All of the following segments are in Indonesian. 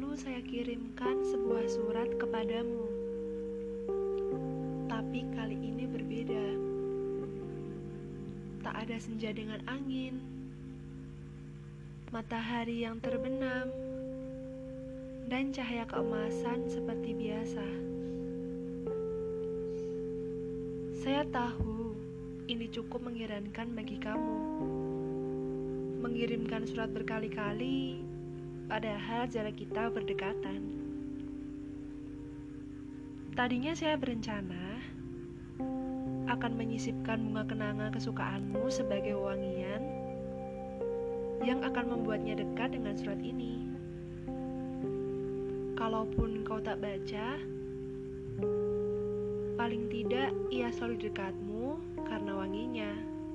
Lalu saya kirimkan sebuah surat kepadamu. Tapi kali ini berbeda. Tak ada senja dengan angin, matahari yang terbenam, dan cahaya keemasan seperti biasa. Saya tahu ini cukup mengherankan bagi kamu. Mengirimkan surat berkali-kali, padahal jarak kita berdekatan. Tadinya saya berencana akan menyisipkan bunga kenanga kesukaanmu sebagai wangian yang akan membuatnya dekat dengan surat ini. Kalaupun kau tak baca, paling tidak ia selalu dekatmu karena wanginya.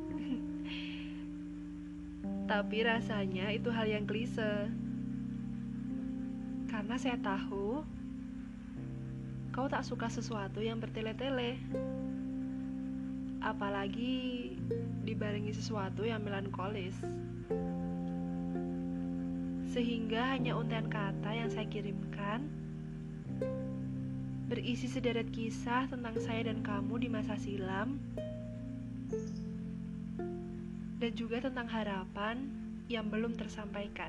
Tapi rasanya itu hal yang klise. Karena saya tahu kau tak suka sesuatu yang bertele-tele. Apalagi dibarengi sesuatu yang melankolis. Sehingga hanya untaian kata yang saya kirimkan berisi sederet kisah tentang saya dan kamu di masa silam, dan juga tentang harapan yang belum tersampaikan.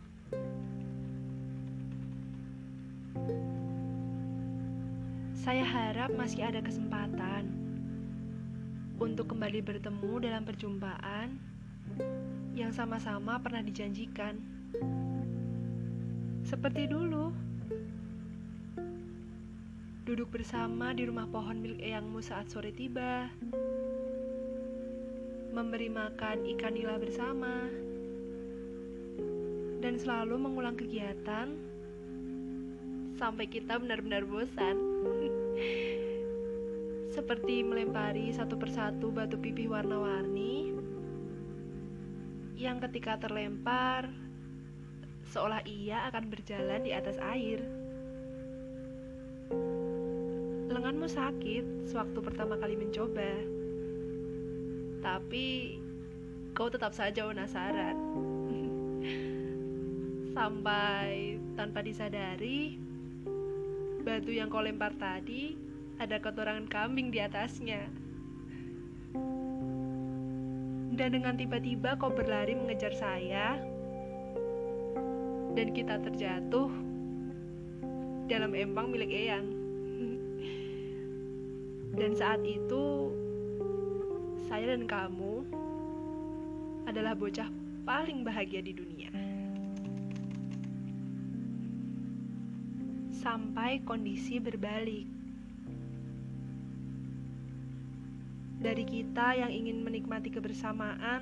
Saya harap masih ada kesempatan untuk kembali bertemu dalam perjumpaan yang sama-sama pernah dijanjikan. Seperti dulu, duduk bersama di rumah pohon milik eyangmu saat sore tiba, memberi makan ikan nila bersama, dan selalu mengulang kegiatan sampai kita benar-benar bosan. Seperti melempari satu persatu batu pipih warna-warni yang ketika terlempar seolah ia akan berjalan di atas air. Lenganmu sakit sewaktu pertama kali mencoba, tapi kau tetap saja penasaran. Sampai tanpa disadari, batu yang kau lempar tadi ada kotoran kambing di atasnya. Dan dengan tiba-tiba kau berlari mengejar saya, dan kita terjatuh dalam empang milik eyang. Dan saat itu, saya dan kamu adalah bocah paling bahagia di dunia. Sampai kondisi berbalik. Dari kita yang ingin menikmati kebersamaan,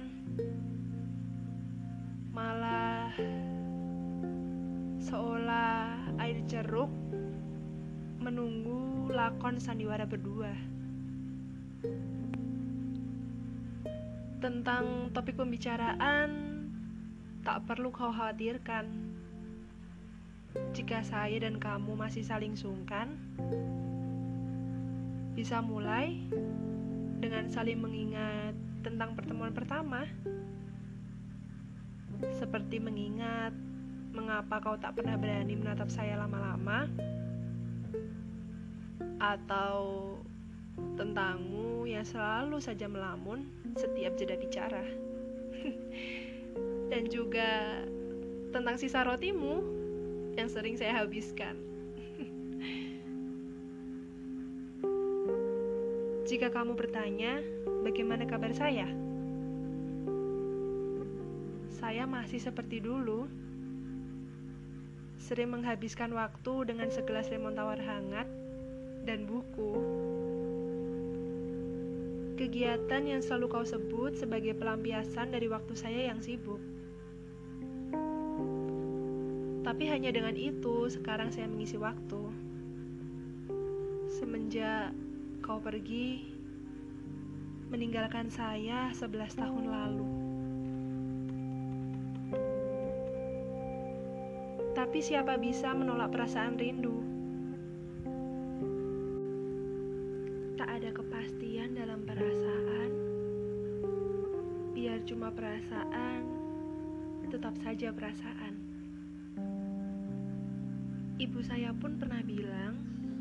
malah seolah air jeruk menunggu lakon sandiwara berdua. Tentang topik pembicaraan, tak perlu kau khawatirkan. Jika saya dan kamu masih saling sungkan, bisa mulai dengan saling mengingat tentang pertemuan pertama. Seperti mengingat mengapa kau tak pernah berani menatap saya lama-lama, atau tentangmu yang selalu saja melamun setiap jeda bicara. Dan juga tentang sisa rotimu yang sering saya habiskan. Jika kamu bertanya, bagaimana kabar saya? Saya masih seperti dulu, sering menghabiskan waktu dengan segelas lemon tawar hangat dan buku. Kegiatan yang selalu kau sebut sebagai pelampiasan dari waktu saya yang sibuk. Tapi hanya dengan itu sekarang saya mengisi waktu. Semenjak kau pergi, meninggalkan saya 11 tahun lalu. Tapi siapa bisa menolak perasaan rindu? Tak ada kepastian dalam perasaan. Biar cuma perasaan, tetap saja perasaan. Ibu saya pun pernah bilang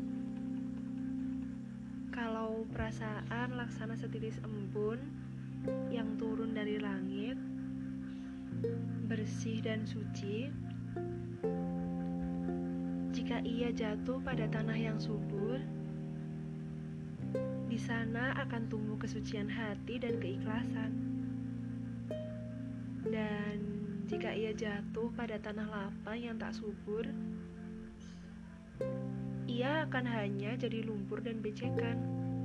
kalau perasaan laksana setitis embun yang turun dari langit, bersih dan suci. Jika ia jatuh pada tanah yang subur, di sana akan tumbuh kesucian hati dan keikhlasan. Dan jika ia jatuh pada tanah lapang yang tak subur, ia akan hanya jadi lumpur dan becekan.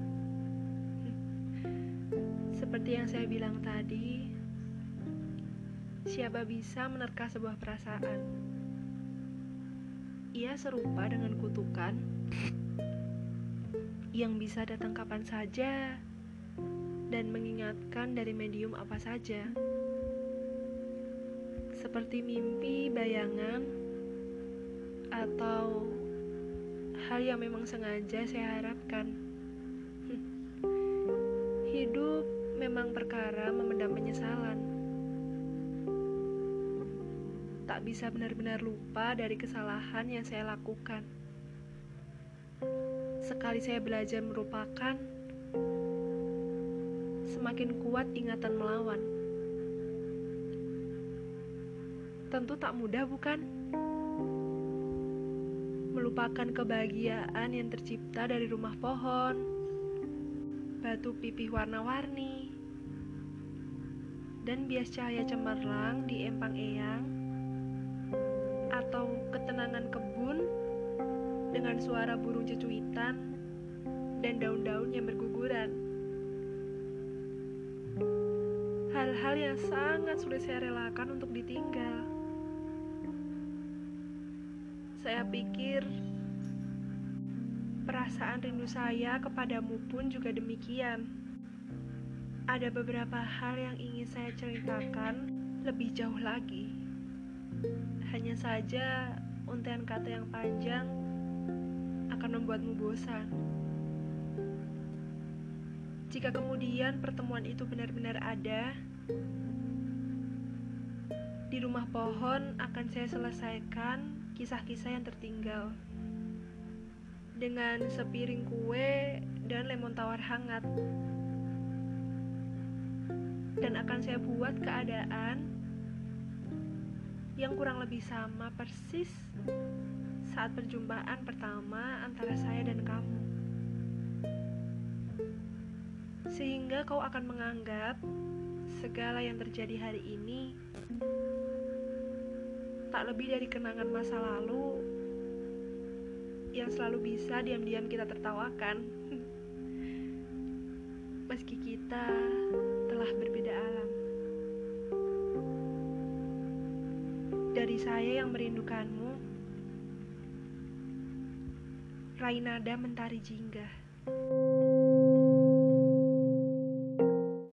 Seperti yang saya bilang tadi, siapa bisa menerka sebuah perasaan? Ia serupa dengan kutukan yang bisa datang kapan saja dan mengingatkan dari medium apa saja. Seperti mimpi, bayangan, atau hal yang memang sengaja saya harapkan. Hidup memang perkara memendam penyesalan. Tak bisa benar-benar lupa dari kesalahan yang saya lakukan. Sekali saya belajar melupakan, semakin kuat ingatan melawan. Tentu tak mudah, bukan? Melupakan kebahagiaan yang tercipta dari rumah pohon, batu pipih warna-warni, dan bias cahaya cemerlang di empang eyang, atau ketenangan kebun dengan suara burung cucuitan dan daun-daun yang berguguran. Hal-hal yang sangat sulit saya relakan untuk ditinggal. Saya pikir perasaan rindu saya kepadamu pun juga demikian. Ada beberapa hal yang ingin saya ceritakan lebih jauh lagi. Hanya saja untaian kata yang panjang akan membuatmu bosan. Jika kemudian pertemuan itu benar-benar ada, di rumah pohon akan saya selesaikan kisah-kisah yang tertinggal dengan sepiring kue dan lemon tawar hangat. Dan akan saya buat keadaan yang kurang lebih sama persis saat perjumpaan pertama antara saya dan kamu. Sehingga kau akan menganggap segala yang terjadi hari ini tak lebih dari kenangan masa lalu yang selalu bisa diam-diam kita tertawakan. Meski kita telah berbeda alam. Dari saya yang merindukanmu, Rainada Mentari Jingga.